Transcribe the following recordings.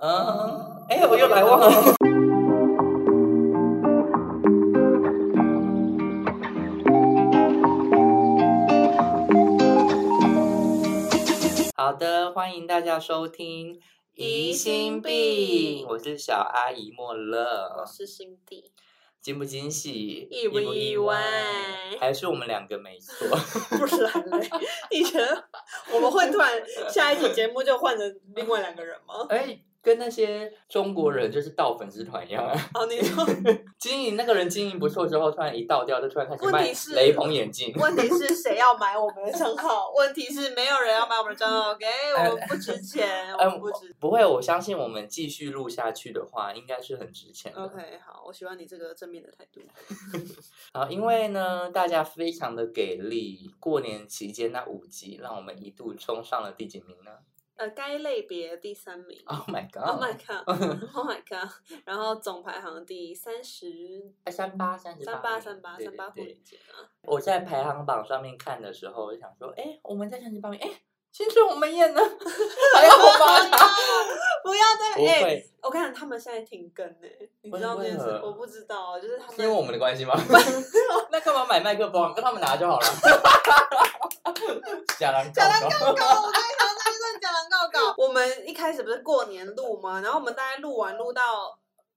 我又来忘了。好的，欢迎大家收听疑心病，我是小阿姨莫乐， 我是辛迪。 惊不惊喜？ 意不意外？ 还是我们两个没错？ 不然嘞，你觉得我们会突然下一期节目就换成另外两个人吗？ 跟那些中国人就是盗粉丝团一样啊！ 你说经营那个人经营不错之后，突然一倒掉，就突然开始卖雷朋眼镜。 问题是谁要买我们的账号？问题是没有人要买我们的账号 ，OK？我们不值钱，我们不值。 不会，我相信我们继续录下去的话，应该是很值钱的。 OK， 好，我喜欢你这个正面的态度。 好，因为呢，大家非常的给力，过年期间那5集，让我们一度冲上了第几名呢？ 该类别第3名。 Oh my god! Oh my god! Oh my god! 然后总排行第 38 不理解啊！ 我在排行榜上面看的时候，我就想说，我们在38名，青春我们演呢，还要吗？ 不要再我看他们现在停更呢，你知道这件事？我不知道，就是他们是因为我们的关系吗？那干嘛买麦克风？跟他们拿就好了。假狼告告， 我跟你讲，那就是假狼告告。我们一开始不是过年录吗？然后我们大概录到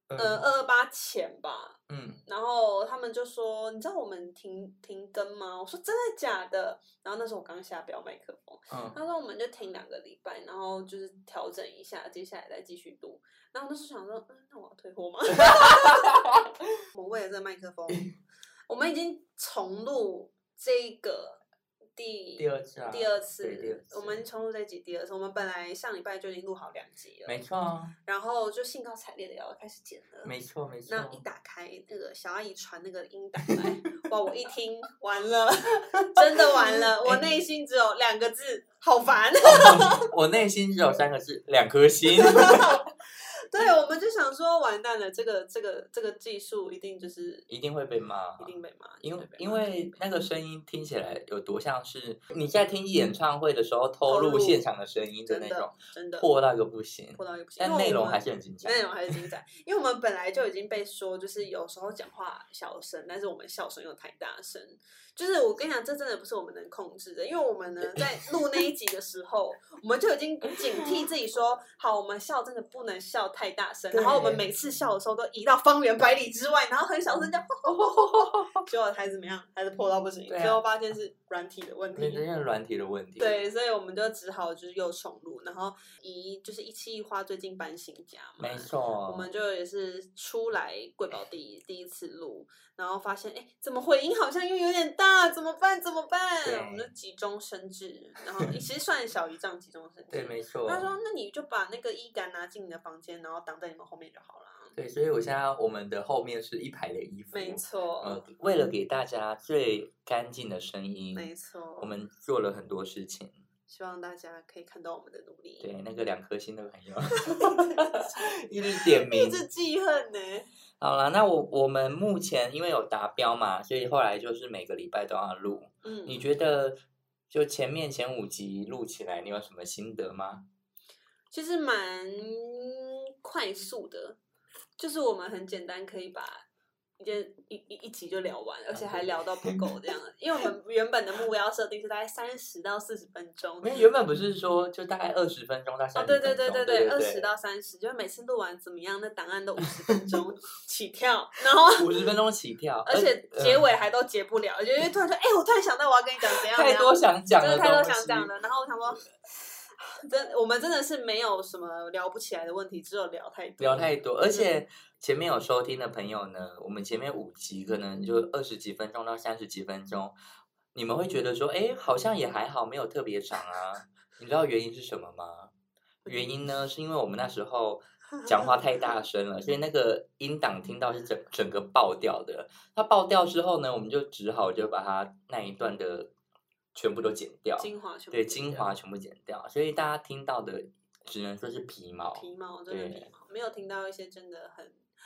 228前吧。然后他们就说：“你知道我们停更吗？”我说：“真的假的？”然后那时候我刚下标麦克风，他说：“我们就停2个礼拜，然后就是调整一下，接下来再继续录。”然后那时候想说：“那我要退货吗？”我们为了这个麦克风，我们已经重录这个第二次，我们重录这集第2次。我们本来上礼拜就已经录好2集了， 没错。 然后就兴高采烈的要开始剪了， 没错。 那一打开那个小阿姨传那个音档来，哇！我一听完了，真的完了，我内心只有2个字，好烦。 我内心只有3个字，2颗心。 对，我们就想说，完蛋了，这个技术一定会被骂， 一定被骂， 因为那个声音听起来有多像是你在听演唱会的时候偷录现场的声音的那种， 真的破到一个不行，但内容还是很精彩， 因为我们本来就已经被说，就是有时候讲话小声，但是我们笑声又太大声。就是我跟你讲，这真的不是我们能控制的，因为我们呢在录那一集的时候，我们就已经警惕自己说，好，我们笑真的不能笑太大声，然后我们每次笑的时候都移到方圆百里之外，然后很小声这样，结果还是怎么样，还是破到不行，最后发现是软体的问题， 真的软体的问题。 对，所以我们就只好就是又重录，然后就是171花最近搬新家嘛， 没错， 我们就也是出来贵宝第一次录，然后发现怎么回音好像又有点大，怎么办？我们就急中生智，然后其实算小姨丈急中生智。 对，没错。 他说：“那你就把那个衣杆拿进你的房间，然后挡在你们后面就好了。” 对，所以我现在我们的后面是一排的衣服， 没错。 为了给大家最干净的声音， 没错， 我们做了很多事情。 希望大家可以看到我们的努力。 对，那个2颗星的朋友，一直点名， 一直记恨呢。 好了，那我们目前因为有达标嘛，所以后来就是每个礼拜都要录。你觉得就前5集录起来，你有什么心得吗？ 其实蛮快速的，就是我们很简单可以把一集就聊完，而且还聊到不够这样。因为我们原本的目标设定是大概30到40分钟， 因为原本不是说就大概20分钟到30分钟。 对，20到30，就是每次录完怎么样，那档案都50分钟起跳，然后 50分钟起跳， 而且结尾还都结不了，就突然说，我突然想到我要跟你讲怎样， 太多想讲的， 真的太多想讲的，然后我想说。我们真的是没有什么聊不起来的问题，只有聊太多。 而且前面有收听的朋友呢，我们前面5集可能就20几分钟到30几分钟，你们会觉得说，好像也还好，没有特别长啊。你知道原因是什么吗？原因呢，是因为我们那时候讲话太大声了，所以那个音档听到是整个爆掉的。它爆掉之后呢，我们就只好就把它那一段的全部都剪掉，精华全部剪掉，所以大家听到的只能说是皮毛， 真的皮毛，没有听到一些真的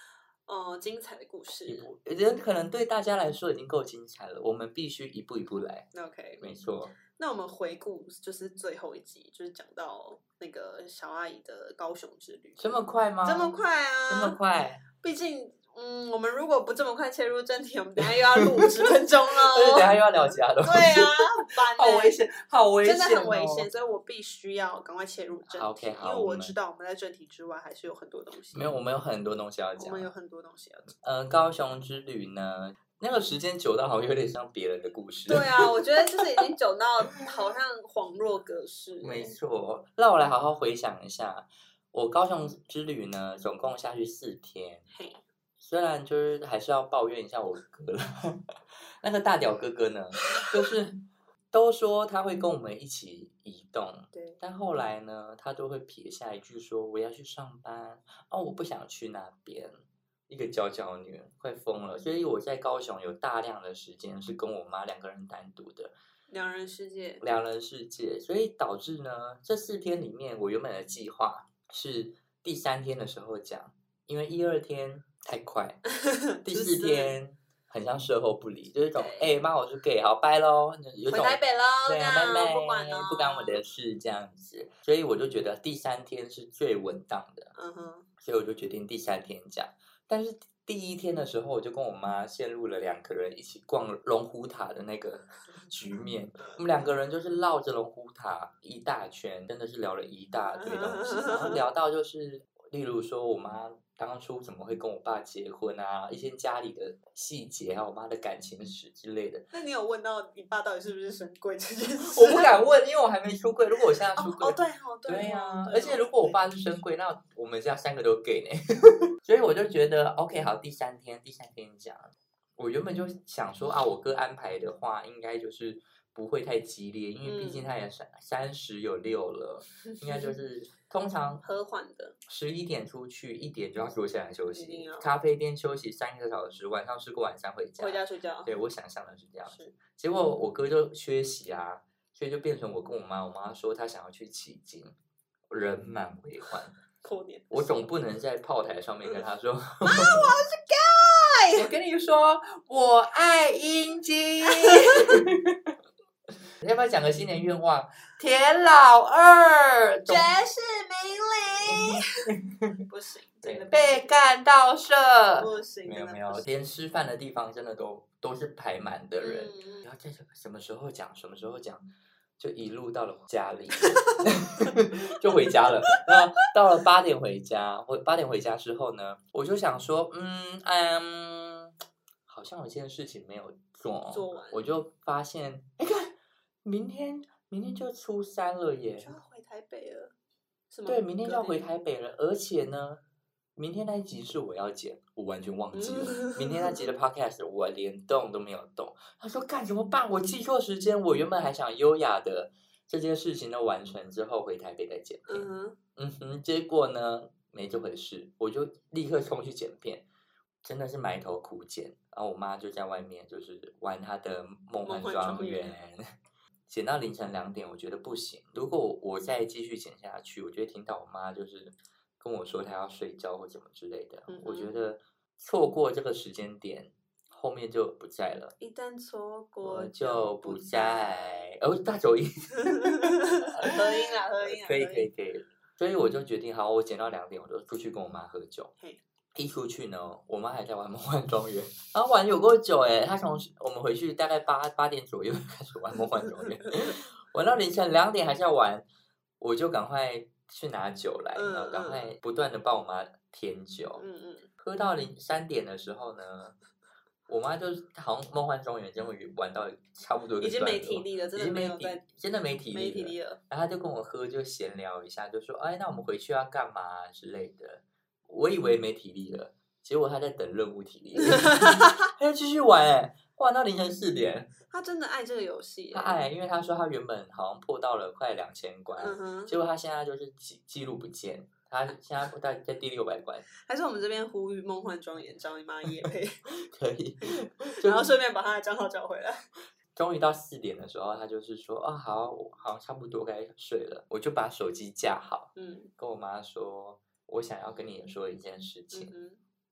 精彩的故事， 可能对大家来说已经够精彩了，我们必须一步一步来。 OK， 没错。 那我们回顾就是最后一集，就是讲到那个小阿姨的高雄之旅。 这么快吗？ 这么快啊！ 这么快？ 毕竟，我们如果不这么快切入正题，我们等一下又要录50分钟了。 而且等一下又要聊其他东西。 对啊，很烦好危险，好危险， 真的很危险，所以我必须要赶快切入正题。 OK， 好， 因为我知道我们在正题之外还是有很多东西。 没有，我们有很多东西要讲。 我们有很多东西要讲。 高雄之旅呢？那个时间久到好像有点像别人的故事。 对啊，我觉得就是已经久到好像恍若隔世。 没错，让我来好好回想一下，我高雄之旅呢，总共下去4天。虽然就是还是要抱怨一下我哥了，那个大屌哥哥呢，就是都说他会跟我们一起移动， 对， 但后来呢，他都会撇下一句说我要去上班哦，我不想去那边。一个娇娇女快疯了，所以我在高雄有大量的时间是跟我妈2个人单独的 2人世界， 所以导致呢，这4天里面，我原本的计划是第3天的时候讲，因为1、2天太快，第4天很像售后不理，就是一种妈我是 gay， 好拜咯，有种回台北咯， 对啊，拜拜， 不管咯， 不干我的事这样子，所以我就觉得第3天是最稳当的，所以我就决定第3天讲。但是第1天的时候，我就跟我妈陷入了2个人一起逛龙虎塔的那个局面。我们2个人就是绕着龙虎塔一大圈，真的是聊了一大堆东西，然后聊到就是，例如说我妈当初怎么会跟我爸结婚啊，一些家里的细节，还有我妈的感情史之类的。 那你有问到你爸到底是不是神龟这件事？ 我不敢问，因为我还没出柜。如果我现在出柜， 对啊，而且如果我爸是神龟，那我们家3个都 gay 呢。所以我就觉得 OK， 好，第三天讲，我原本就想说啊，我哥安排的话，应该就是不会太激烈，因为毕竟他也30有6了，应该就是通常和缓的 ，11点出去，1点就要坐下来休息，咖啡店休息3个小时，晚上吃过晚餐回家睡觉。 对，我想象的是这样子，结果我哥就缺席啊，所以就变成我跟我妈说她想要去旗津，人满为患。 过年， 我总不能在炮台上面跟他说， 妈，我是 gay。我跟你说，我爱阴茎。要不要讲个新年愿望？田老二， 绝世名伶。不行，真的被干到社。 不行， 没有，连吃饭的地方真的都是排满的人。然后在什么时候讲，就一路到了家里，就回家了。然后到了8点回家，我8点回家之后呢，我就想说，好像有一件事情没有做完，我就发现，看，明天就初3了耶， 就要回台北了，是吗？ 对，明天就要回台北了，而且呢，明天那一集是我要剪，我完全忘记了。明天那集的 podcast 我连动都没有动。他说干怎么办？我记错时间，我原本还想优雅的这件事情都完成之后回台北再剪片。结果呢没这回事，我就立刻冲去剪片，真的是埋头苦剪。然后我妈就在外面就是玩她的梦幻庄园。剪到凌晨2点，我觉得不行。如果我再继续剪下去，我就会听到我妈就是跟我说她要睡觉或怎么之类的。我觉得错过这个时间点，后面就不在了。 一旦错过就不在。大走音。 合音啊， 可以。所以我就决定，好，我剪到2点，我就出去跟我妈喝酒。一出去呢，我妈还在玩梦幻庄园，然后玩有够久哎！她从我们回去大概8点左右开始玩梦幻庄园，玩到凌晨2点还是要玩，我就赶快去拿酒来，然后赶快不断的帮我妈添酒。喝到3点的时候呢，我妈就好像梦幻庄园终于玩到差不多已经没体力了，真的没体力了。然后她就跟我喝，就闲聊一下，就说那我们回去要干嘛之类的。我以为没体力了，结果他在等任务体力，他要继续玩玩到凌晨4点。 他真的爱这个游戏， 他爱，因为他说他原本好像破到了快2000关，结果他现在就是记录不见，他现在在第600关。 还是我们这边呼吁梦幻庄园找你妈业配， 可以， 然后顺便把他的账号找回来。 终于到4点的时候，他就是说好，差不多该睡了，我就把手机架好，跟我妈说。我想要跟你说一件事情，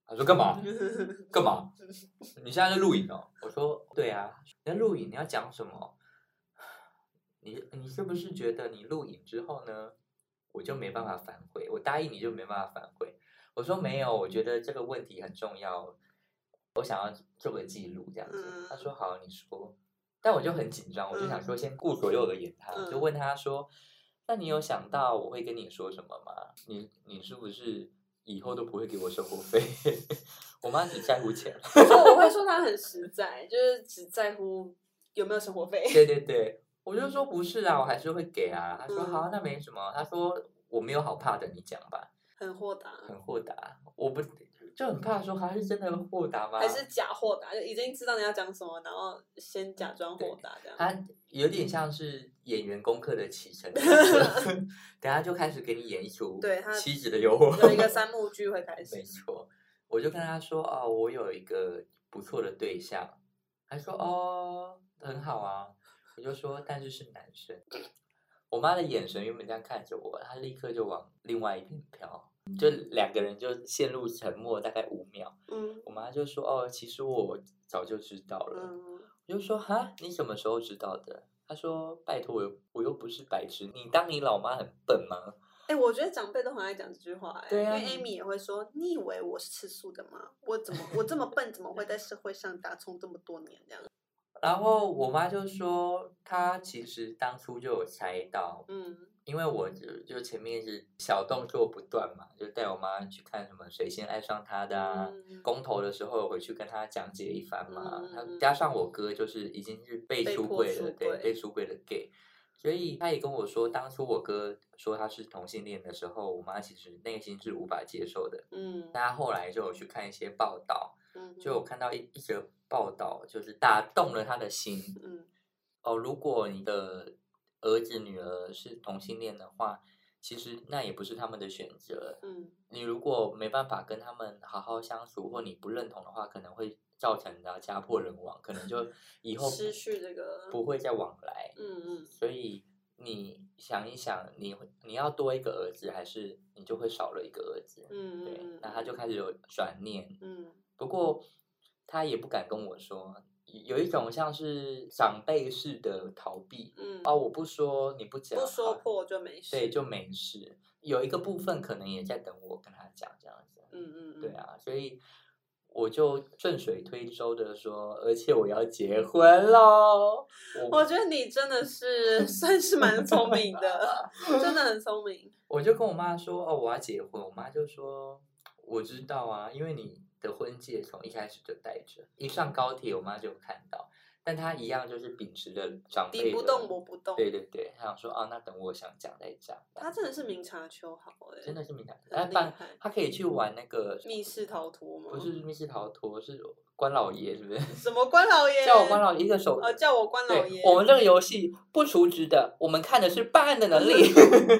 他说干嘛？干嘛？你现在在录影哦？我说对啊，你在录影，你要讲什么？你是不是觉得你录影之后呢，我就没办法反悔？我答应你就没办法反悔？我说没有，我觉得这个问题很重要，我想要做个记录这样子。他说好，你说。但我就很紧张，我就想说先顾左右而言他，就问他说：“那你有想到我会跟你说什么吗？你是不是以后都不会给我生活费？”我妈只在乎钱， 所以我会说她很实在，就是只在乎有没有生活费。 对对对，我就说不是啊，我还是会给啊。他说好，那没什么。他说我没有好怕的，你讲吧。 很豁达， 很豁达，我不就很怕说他是真的豁达吗？ 还是假豁达？就已经知道你要讲什么，然后先假装豁达这样。 他有点像是演员功课的启程，等下就开始给你演一出妻子的诱惑， 有一个三幕剧会开始。 没错，我就跟他说哦，我有一个不错的对象，他说哦，很好啊，我就说但是是男生。我妈的眼神原本这样看着我，她立刻就往另外一边飘，就两个人就陷入沉默，大概5秒。我妈就说：“哦，其实我早就知道了。”我就说：“哈，你什么时候知道的？”她说：“拜托，我又不是白痴，你当你老妈很笨吗？” 我觉得长辈都很爱讲这句话， 对啊， 因为 Amy 也会说：“你以为我是吃素的吗？我这么笨，怎么会在社会上打冲这么多年这样？” 然后我妈就说，她其实当初就有猜到，因为我就前面是小动作不断嘛，就带我妈去看什么谁先爱上他的啊，公投的时候回去跟她讲解一番嘛，加上我哥就是已经是被出柜了，对，被出柜的 gay， 所以他也跟我说，当初我哥说他是同性恋的时候，我妈其实内心是无法接受的，但他后来就有去看一些报道。就有看到一则报道，就是打动了他的心。如果你的儿子女儿是同性恋的话，其实那也不是他们的选择。你如果没办法跟他们好好相处，或你不认同的话，可能会造成家破人亡，可能就以后失去这个不会再往来。所以你想一想，你要多一个儿子，还是你就会少了一个儿子？对，那他就开始有转念。不过他也不敢跟我说，有一种像是长辈式的逃避。我不说，你不讲， 不说破就没事。 对，就没事。有一个部分可能也在等我跟他讲这样子。对啊，所以我就顺水推舟的说，而且我要结婚咯。 我觉得你真的是算是蛮聪明的，真的很聪明。 我就跟我妈说，我要结婚，我妈就说，我知道啊，因为你的婚戒从一开始就戴着，一上高铁我妈就看到，但她一样就是秉持着长辈的， 你不动我不动。 对对对，她想说那等我想讲再讲。 她真的是明察秋毫真的是明察秋毫。她可以去玩那个密室逃脱吗？ 不是密室逃脱，是关老爷，是不是？ 什么关老爷？ 叫我关老爷一个手， 叫我关老爷。 我们这个游戏不除职的，我们看的是办案的能力。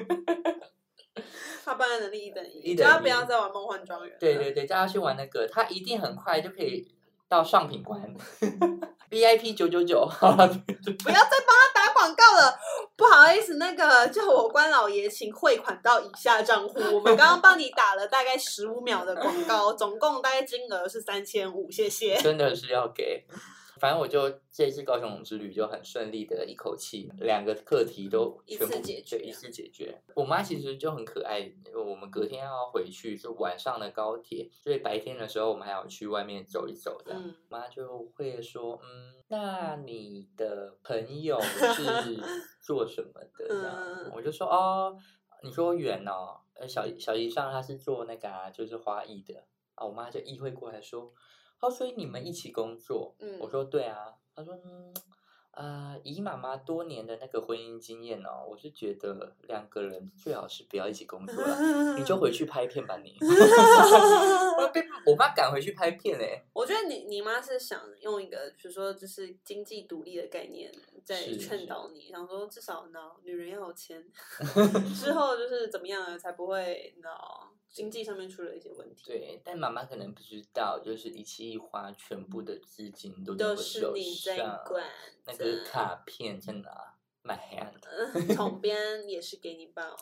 他办案能力1等1，叫他不要再玩梦幻庄园。 对对对，叫他去玩那个，他一定很快就可以到上品关VIP 999。 不要再帮他打广告了，不好意思，那个叫我关老爷，请汇款到以下账户。我们刚刚帮你打了大概15秒的广告，总共大概金额是3500，谢谢。真的是要给。反正我就这次高雄之旅就很顺利的一口气，2个课题都全部一次解决。我妈其实就很可爱，因为我们隔天要回去，就晚上的高铁，所以白天的时候我们还要去外面走一走的。妈就会说，那你的朋友是做什么的？这样我就说你说远哦，小姨上她是做那个就是花艺的我妈就意会过来说。所以你们一起工作？我说对啊。他说以妈妈多年的那个婚姻经验我是觉得2个人最好是不要一起工作了，你就回去拍片吧你。我妈赶回去拍片我觉得你妈是想用一个比如说就是经济独立的概念在劝导你，想说至少女人要有钱，之后就是怎么样才不会经济上面出了一些问题。 对，但妈妈可能不知道，就是一气一花，全部的资金都是你在管。 那个卡片在哪买啊？ 统编也是给你报。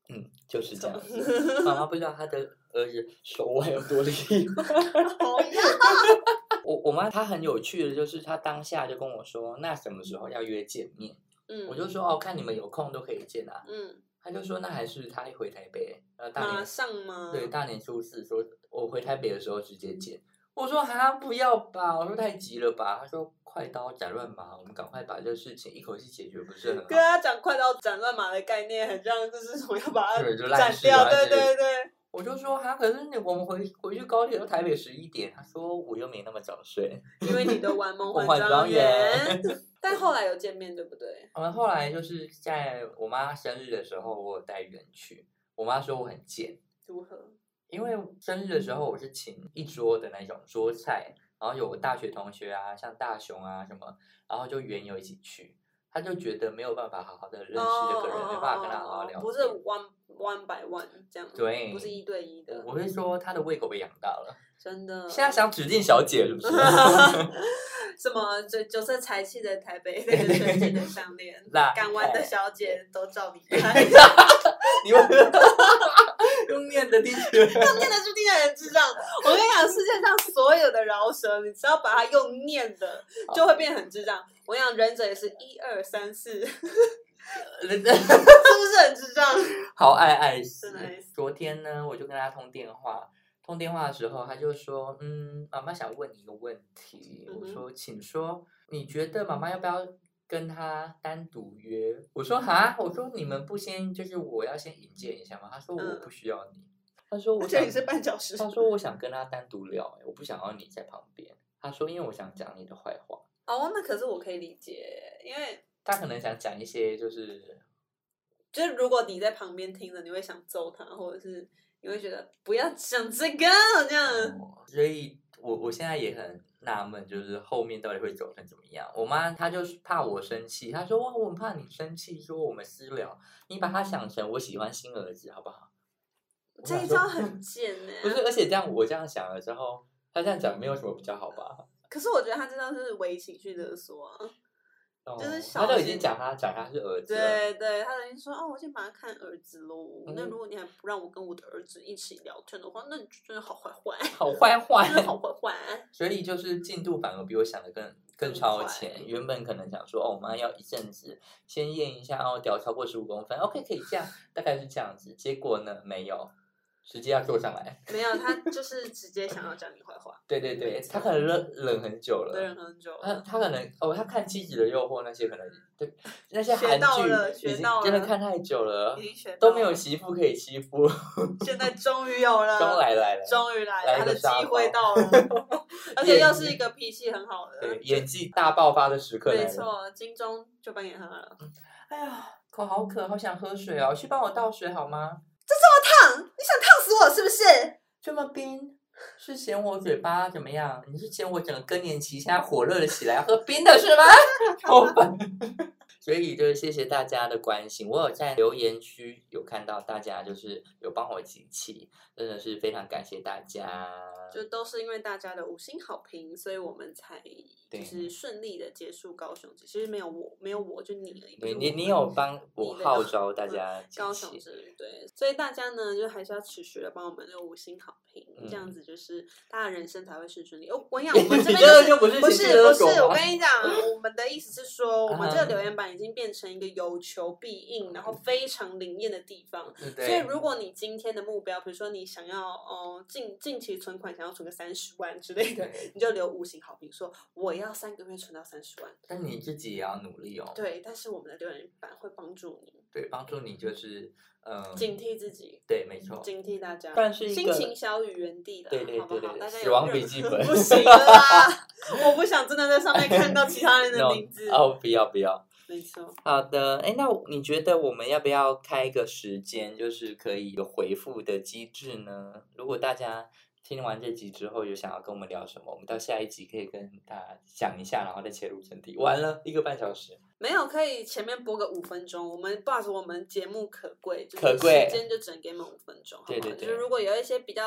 就是这样子。妈妈不知道她的儿子手腕有多厉害。 好呀。 我妈她很有趣的，就是她当下就跟我说，那什么时候要约见面？我就说看你们有空都可以见啊。她就说那还是她一回台北， 马上吗？ 对，大年初4说我回台北的时候直接见。我说不要吧，我说太急了吧。她说快刀斩乱麻，我们赶快把这个事情一口气解决，不是很好？ 跟他讲快刀斩乱麻的概念，很像就是我要把它斩掉。对。 我就说可是我们回去高铁到台北11点。他说我又没那么早睡， 因为你都玩梦幻庄园。但后来有见面对不对？ 我们后来就是在我妈生日的时候，我有带人去。我妈说我很贱。 如何？ 因为生日的时候我是请一桌的那种桌菜，然后有我大学同学啊，像大雄啊什么，然后就园友一起去。他就觉得没有办法好好的认识这个人，没办法跟他好好聊天， 不是 one by one 这样， 对， 不是1对1的。 我会说他的胃口被养大了， 真的。 现在想指定小姐是不是？ 什么酒色财气的台北的纯净的项链，敢玩的小姐都照你看。 你们用念的听起来， 用念的是听起来很智障。我跟你讲，世界上所有的饶舌，你只要把它用念的，就会变很智障。我跟你讲，忍者也是1、2、3、4，是不是很智障？ 好爱死。 真的爱死。 昨天呢，我就跟他通电话的时候，他就说，妈妈想问你一个问题。我说，请说。你觉得妈妈要不要跟他单独约？我说我说你们不先就是我要先引荐一下吗？他说我不需要你。他说我想你是绊脚石。 他说我想跟他单独聊，我不想要你在旁边。他说因为我想讲你的坏话。 那可是我可以理解，因为他可能想讲一些就是如果你在旁边听着，你会想揍他，或者是你会觉得不要讲这个这样。 所以我现在也很纳闷，就是后面到底会走成怎么样。我妈她就怕我生气，她说我很怕你生气，说我们私聊，你把她想成我喜欢新儿子好不好？ 这一招很贱不是，而且我这样想了之后，他这样讲没有什么比较好吧？ 可是我觉得他这招是伪情绪勒索啊。就是他都已经讲他是儿子了。 对，他已经说我先把他看儿子喽。那如果你还不让我跟我的儿子一起聊天的话，那你就真的好坏坏， 好坏坏， 真的好坏坏。 所以就是进度反而比我想的更超前。原本可能想说我们要一阵子先验一下屌超过15公分 ，OK 可以这样，大概是这样子。结果呢没有。直接要坐上来， 没有，他就是直接想要讲你坏话。 对，他可能忍很久了， 忍很久了。他可能他看《妻子的诱惑》那些可能对那些韩剧已经真的看太久了，都没有媳妇可以欺负。 现在终于有了，终于来了，他的机会到了，而且又是一个脾气很好的， 演技大爆发的时刻。 没错，金钟就扮演他了。 哎呀，口好渴，好想喝水哦，去帮我倒水好吗？ 这么烫，你想烫死我是不是？ 这么冰，是嫌我嘴巴怎么样？你是嫌我整个更年期现在火热了起来，喝冰的是吗？好烦。所以就是谢谢大家的关心，我有在留言区有看到大家就是有帮我集气，真的是非常感谢大家。 就都是因为大家的5星好评，所以我们才就是顺利的结束高雄。其实没有我就你而已。 对，你有帮我号召大家高雄之旅，对，所以大家呢就还是要持续的帮我们有5星好评，这样子就是大家人生才会是顺利。我跟你讲，我们这边就不是， 我跟你讲，我们的意思是说，我们这个留言板已经变成一个有求必应，然后非常灵验的地方。所以如果你今天的目标，比如说你想要近期存款想要存个30万之类的，你就留5星好评，说我要3个月存到30万。 但你自己也要努力哦。 对，但是我们的留言板会帮助你。 对，帮助你就是警惕自己。 对，没错。 警惕大家。 但是心情小雨原地的， 对， 好不好？大家死亡笔记本不行啦，我不想真的在上面看到其他人的名字。 不要。 没错。 好的，那你觉得我们要不要开一个时间，就是可以有回复的机制呢？如果大家听完这集之后有想要跟我们聊什么，我们到下一集可以跟大家讲一下，然后再切入正题。完了1个半小时， 没有，可以前面播个5分钟。我们不好意思，我们节目可贵，就是时间就只能给我们5分钟。对，就是如果有一些比较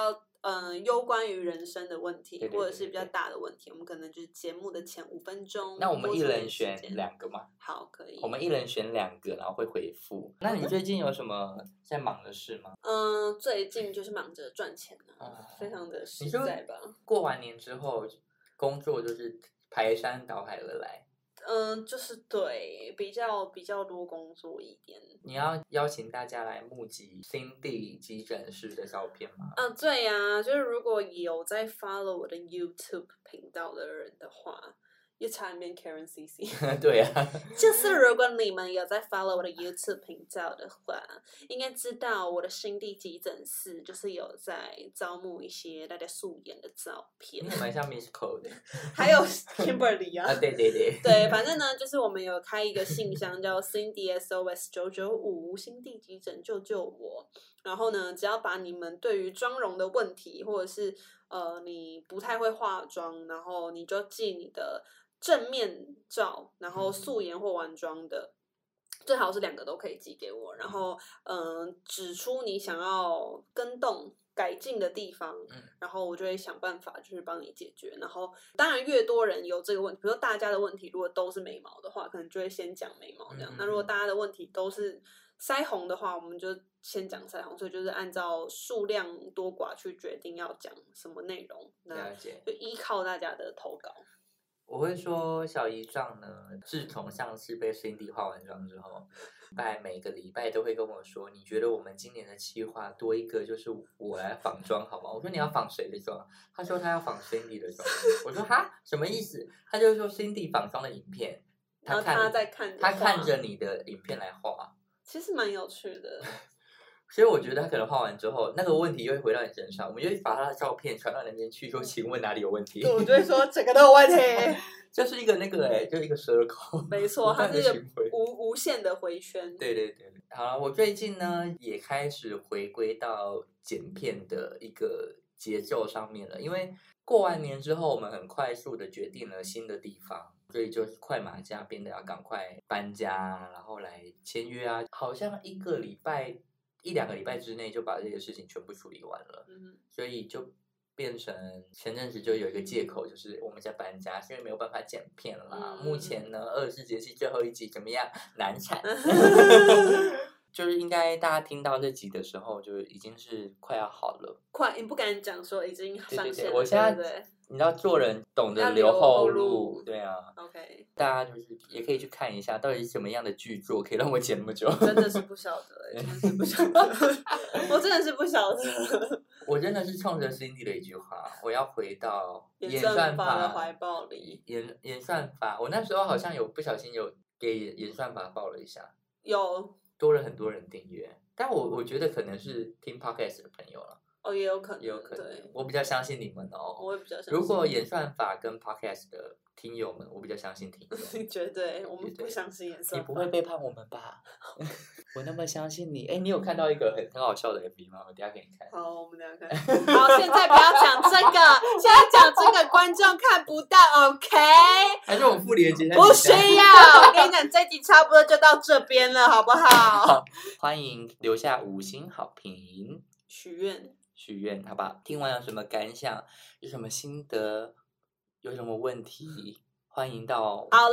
攸关于人生的问题， 对或者是比较大的问题，我们可能就是节目的前5分钟。 那我们一人选2个吗？ 好，可以。 我们一人选2个，然后会回复。那你最近有什么在忙的事吗？ 最近就是忙着赚钱非常的实在吧。 过完年之后，工作就是排山倒海而来。 就是对，比较多工作一点。 你要邀请大家来募集Cindy急诊室的照片吗？ 对呀，就是如果有在 follow 我的 YouTube 频道的人的话，又差点变 Karen CC 对啊， 就是如果你们有在 follow 我的 YouTube 频道的话，应该知道我的新地急诊室就是有在招募一些大家素颜的照片。 你蛮像 Miss Cole 的， 还有 Kimberly 啊。 对对对。 对，反正呢，就是我们有开一个信箱叫 Cindy SOS 995新地急诊救救我。然后呢，只要把你们对于妆容的问题，或者是你不太会化妆，然后你就寄你的正面照，然后素颜或完妆的，最好是2个都可以寄给我。然后指出你想要更动改进的地方，然后我就会想办法就是帮你解决。然后当然越多人有这个问题，比如说大家的问题如果都是眉毛的话，可能就会先讲眉毛这样。那如果大家的问题都是腮红的话，我们就先讲腮红，所以就是按照数量多寡去决定要讲什么内容。那就依靠大家的投稿。 我会说小姨丈呢，自从上次被 Cindy 化完妆之后，每个礼拜都会跟我说，你觉得我们今年的企划多一个就是我来仿妆好吗？我说你要仿谁的妆？他说他要仿 Cindy 的妆。我说哈，什么意思？他就说 Cindy 仿妆的影片， 然后他在看， 他看着你的影片来画， 其实蛮有趣的。 所以我觉得他可能画完之后，那个问题又会回到你身上，我们就会把他的照片传到那边去，说请问哪里有问题？ 我就会说整个都有问题。 就是一个就是一个 circle。 没错，它是一个无限的回圈。 对对对，好了，我最近呢也开始回归到剪片的一个节奏上面了，因为过完年之后，我们很快速的决定了新的地方。所以就是快马加鞭的要赶快搬家，然后来签约啊，好像1-2个礼拜之内就把这些事情全部处理完了。所以就变成前阵子就有一个借口，就是我们在搬家，所以没有办法剪片啦。目前呢，24节气最后一集怎么样？难产。就是应该大家听到这集的时候，就已经是快要好了。 你不敢讲说已经上线了。 对，我现在你知道做人懂得留后路，对啊。 OK， 大家就是也可以去看一下，到底是什么样的剧作可以让我剪那么久。 真的是不晓得，真的是不晓得，我真的是不晓得。 我真的是冲着 Cindy 的一句话，我要回到演算法的怀抱里。 演算法，我那时候好像有不小心有给演算法报了一下， 有多了很多人订阅，但我觉得可能是听 Podcast 的朋友了。 也有可能， 也有可能。 对， 我比较相信你们哦。 我也比较相信。 如果演算法跟 Podcast 的听友们，我比较相信听友。 绝对，我们不相信演算法。 你不会背叛我们吧？我那么相信你。你有看到一个很好笑的 MV 吗？我等一下给你看。 好，我们等一下看。好，现在不要讲这个，现在讲这个观众看不到 ，OK？ 还是我附链接？ 不需要。我跟你讲，这集差不多就到这边了，好不好？ 好，欢迎留下5星好评，许愿，好吧？听完有什么感想？有什么心得？有什么问题？欢迎到。 好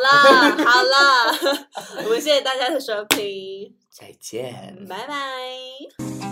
了，我们谢谢大家的收听， 再见， 拜拜。